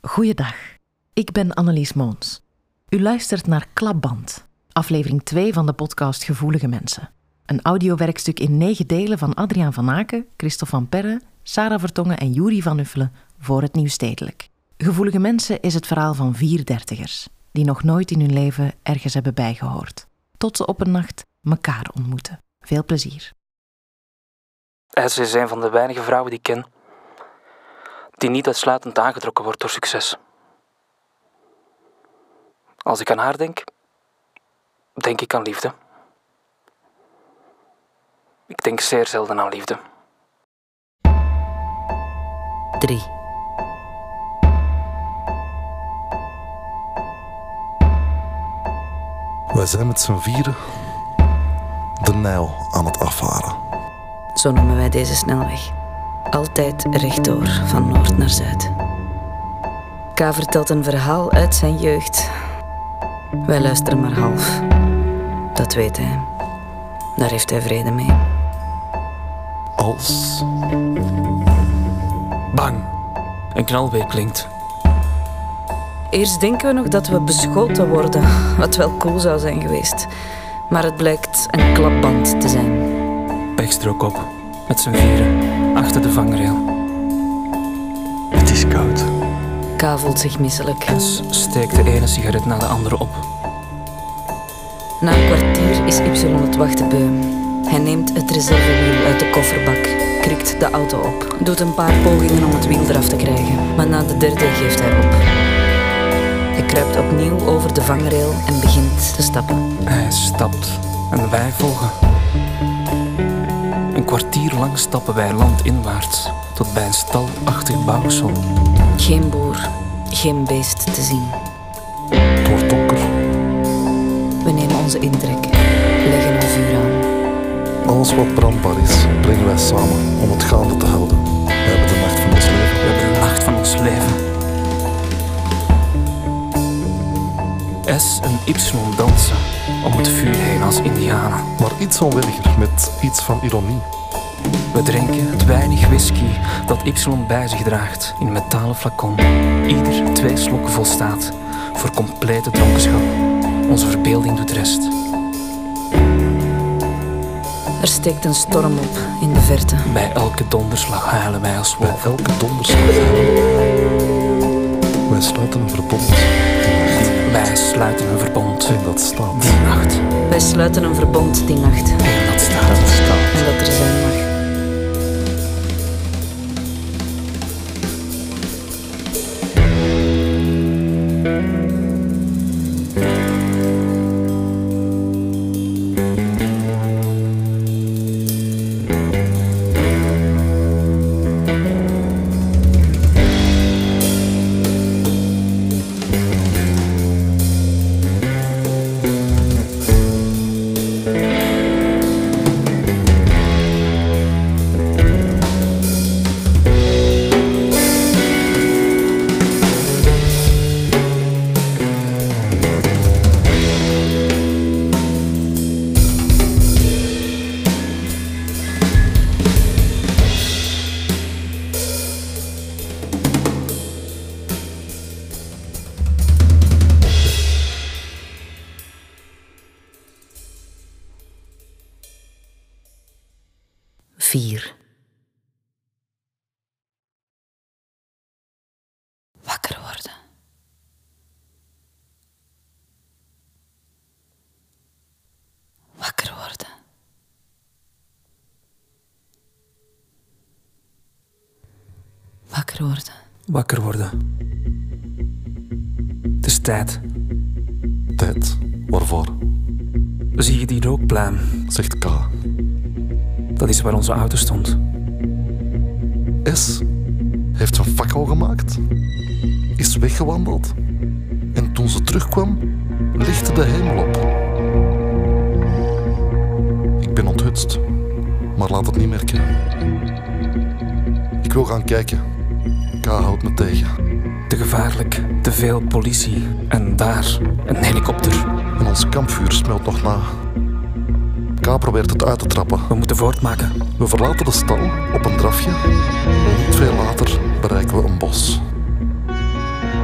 Goeiedag, ik ben Annelies Moons. U luistert naar Klapband, aflevering 2 van de podcast Gevoelige Mensen. Een audiowerkstuk in 9 delen van Adriaan van Aken, Christophe van Perre, Sarah Vertongen en Juri van Uffelen voor het Nieuwstedelijk. Gevoelige Mensen is het verhaal van 4 dertigers, die nog nooit in hun leven ergens hebben bijgehoord. Tot ze op een nacht mekaar ontmoeten. Veel plezier. Ze is een van de weinige vrouwen die ik ken, die niet uitsluitend aangetrokken wordt door succes. Als ik aan haar denk, denk ik aan liefde. Ik denk zeer zelden aan liefde. 3. Wij zijn met z'n vieren de Nijl aan het afvaren. Zo noemen wij deze snelweg. Altijd rechtdoor, van noord naar zuid. K vertelt een verhaal uit zijn jeugd. Wij luisteren maar half. Dat weet hij. Daar heeft hij vrede mee. Als... Bang! Een knalbeek klinkt. Eerst denken we nog dat we beschoten worden, wat wel cool zou zijn geweest. Maar het blijkt een klapband te zijn. Pechstrook op, met z'n vieren, achter de vangrail. Het is koud. K voelt zich misselijk. Steekt de ene sigaret na de andere op. Na een kwartier is Y het wachten beu. Hij neemt het reservewiel uit de kofferbak, krikt de auto op, doet een paar pogingen om het wiel eraf te krijgen, maar na de derde geeft hij op. Hij kruipt opnieuw over de vangrail en begint te stappen. Hij stapt en wij volgen. Een kwartier lang stappen wij landinwaarts, tot bij een stalachtig bouwsel. Geen boer, geen beest te zien. Het wordt donker. We nemen onze intrek, leggen een vuur aan. Alles wat brandbaar is, brengen wij samen om het gaande te houden. We hebben de nacht van ons leven. We hebben de nacht van ons leven. S en Y dansen om het vuur heen als indianen. Maar iets onwilliger, met iets van ironie. We drinken het weinig whisky dat Y bij zich draagt in een metalen flacon. Ieder 2 slokken volstaat voor complete dronkenschap. Onze verbeelding doet rest. Er steekt een storm op in de verte. Bij elke donderslag huilen wij als Bij wolven. elke donderslag. Wij sluiten een verbond. Wij sluiten een verbond. En dat staat. Die nacht. Wij sluiten een verbond die nacht. En dat staat. En dat er zijn mag. Wakker worden. Wakker worden. Wakker worden. Wakker worden. Het is tijd. Tijd. Waarvoor? Zie je die rookpluim? Zegt K. Dat is waar onze auto stond. S heeft zijn fakkel gemaakt, is weggewandeld en toen ze terugkwam, lichtte de hemel op. Ik ben onthutst, maar laat het niet merken. Ik wil gaan kijken. K houdt me tegen. Te gevaarlijk, te veel politie en daar een helikopter. En ons kampvuur smelt nog na. K probeert het uit te trappen. We moeten voortmaken. We verlaten de stal op een drafje. Niet veel later bereiken we een bos.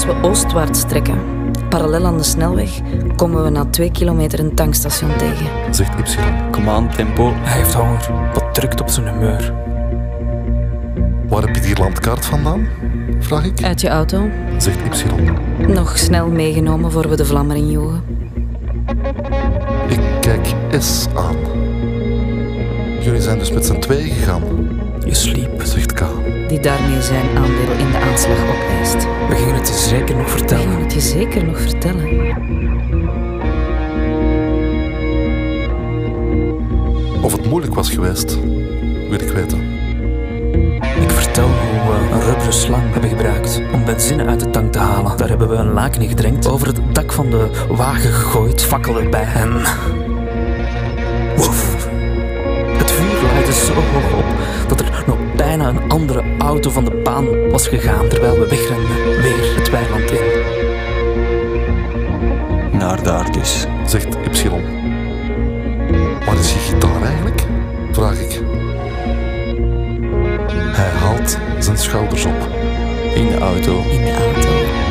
we oostwaarts trekken, parallel aan de snelweg, komen we na 2 kilometer een tankstation tegen. Zegt Y. Kom aan, tempo. Hij heeft honger. Wat drukt op zijn humeur. Waar heb je die landkaart vandaan? Vraag ik. Uit je auto, Zegt Y. nog snel meegenomen voor we de vlam erin joegen. Ik kijk S aan. Jullie zijn dus met z'n tweeën gegaan, Je sliep. zegt K. Die daarmee zijn aandeel in de aanslag opeist. We gingen het je zeker nog Ik ga vertellen. het je zeker nog vertellen. Of het moeilijk was geweest, wil ik weten. Ik vertel hoe we een rubberen slang hebben gebruikt om benzine uit de tank te halen. Daar hebben we een laken in gedrenkt, over het dak van de wagen gegooid, fakkel erbij en... Woef! Het vuur laaide zo hoog op dat er nog bijna een andere auto van de baan was gegaan terwijl we wegrenden, weer het weiland in. Naar daar dus. Zegt Y. Waar is je gitaar eigenlijk? Vraag ik. Hij haalt zijn schouders op. In de auto. In de auto.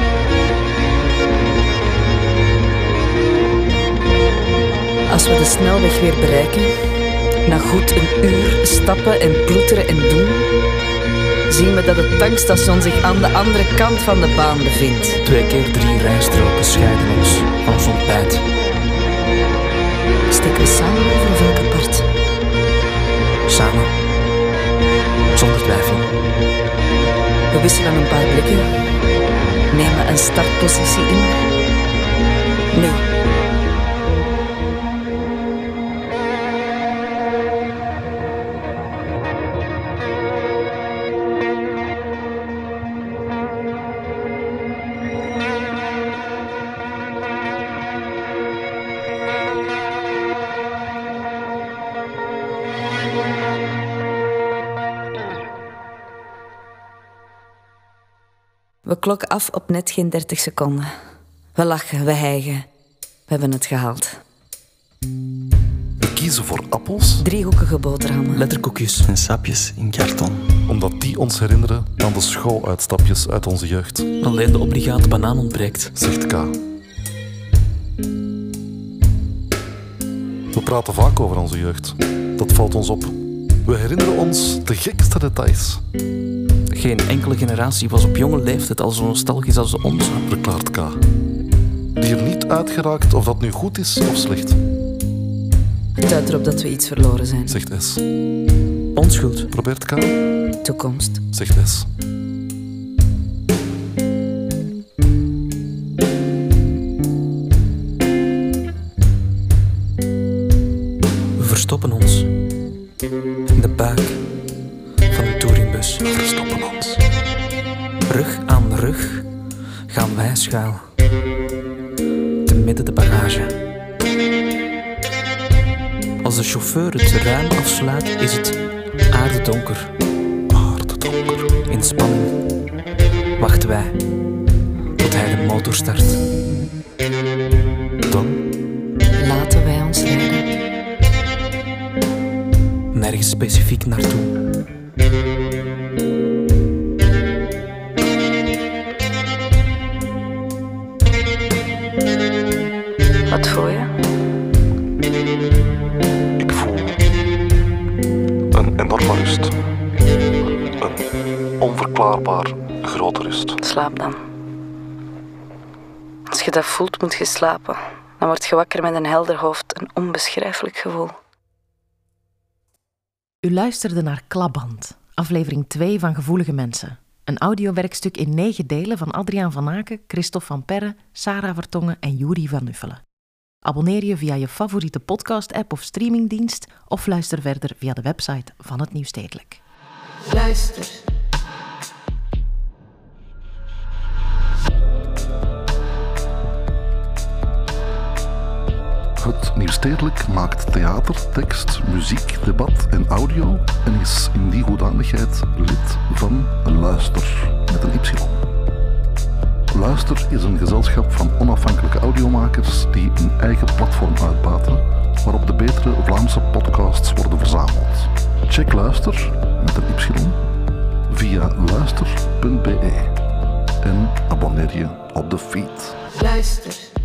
Als we de snelweg weer bereiken, na goed een uur stappen en ploeteren en doen, zien we dat het tankstation zich aan de andere kant van de baan bevindt. 2 keer 3 rijstroken scheiden ons van ons ontbijt. Steken we samen over of elk apart? Samen. Zonder twijfel. We wisselen een paar blikken, nemen een startpositie in. Nu. We klokken af op net geen 30 seconden. We lachen, we hijgen. We hebben het gehaald. We kiezen voor appels, Driehoekige boterhammen. Letterkoekjes. En sapjes in karton. omdat die ons herinneren aan de schooluitstapjes uit onze jeugd. Alleen de obligate banaan ontbreekt. Zegt K. We praten vaak over onze jeugd. Dat valt ons op. We herinneren ons de gekste details, Geen enkele generatie was op jonge leeftijd al zo nostalgisch als de onze. verklaart K. Die er niet uitgeraakt of dat nu goed is of slecht, Het duidt erop dat we iets verloren zijn. zegt S. Onschuld. Probeert K, Toekomst. zegt S. We verstoppen ons. In de buik van een touringbus. We verstoppen ons. Rug aan rug gaan wij schuil. Te midden de bagage. Als de chauffeur het ruim afsluit, is het aardedonker. Aardedonker. In spanning wachten wij tot hij de motor start. Dan Laten wij ons leiden. Nergens specifiek naartoe. Wat voel je? ik voel een enorme rust. Een onverklaarbaar grote rust. Slaap dan. Als je dat voelt, moet je slapen. Dan word je wakker met een helder hoofd, een onbeschrijfelijk gevoel. U luisterde naar Klapband, aflevering 2 van Gevoelige Mensen. Een audiowerkstuk in 9 delen van Adriaan van Aken, Christophe van Perre, Sarah Vertongen en Juri van Nuffelen. Abonneer je via je favoriete podcast-app of streamingdienst of luister verder via de website van Het Nieuwstedelijk. Luister. Het Nieuwstedelijk maakt theater, tekst, muziek, debat en audio en is in die hoedanigheid lid van Luister met een Y. Luister is een gezelschap van onafhankelijke audiomakers die een eigen platform uitbaten waarop de betere Vlaamse podcasts worden verzameld. Check Luister met een Y via luister.be en abonneer je op de feed. Luister.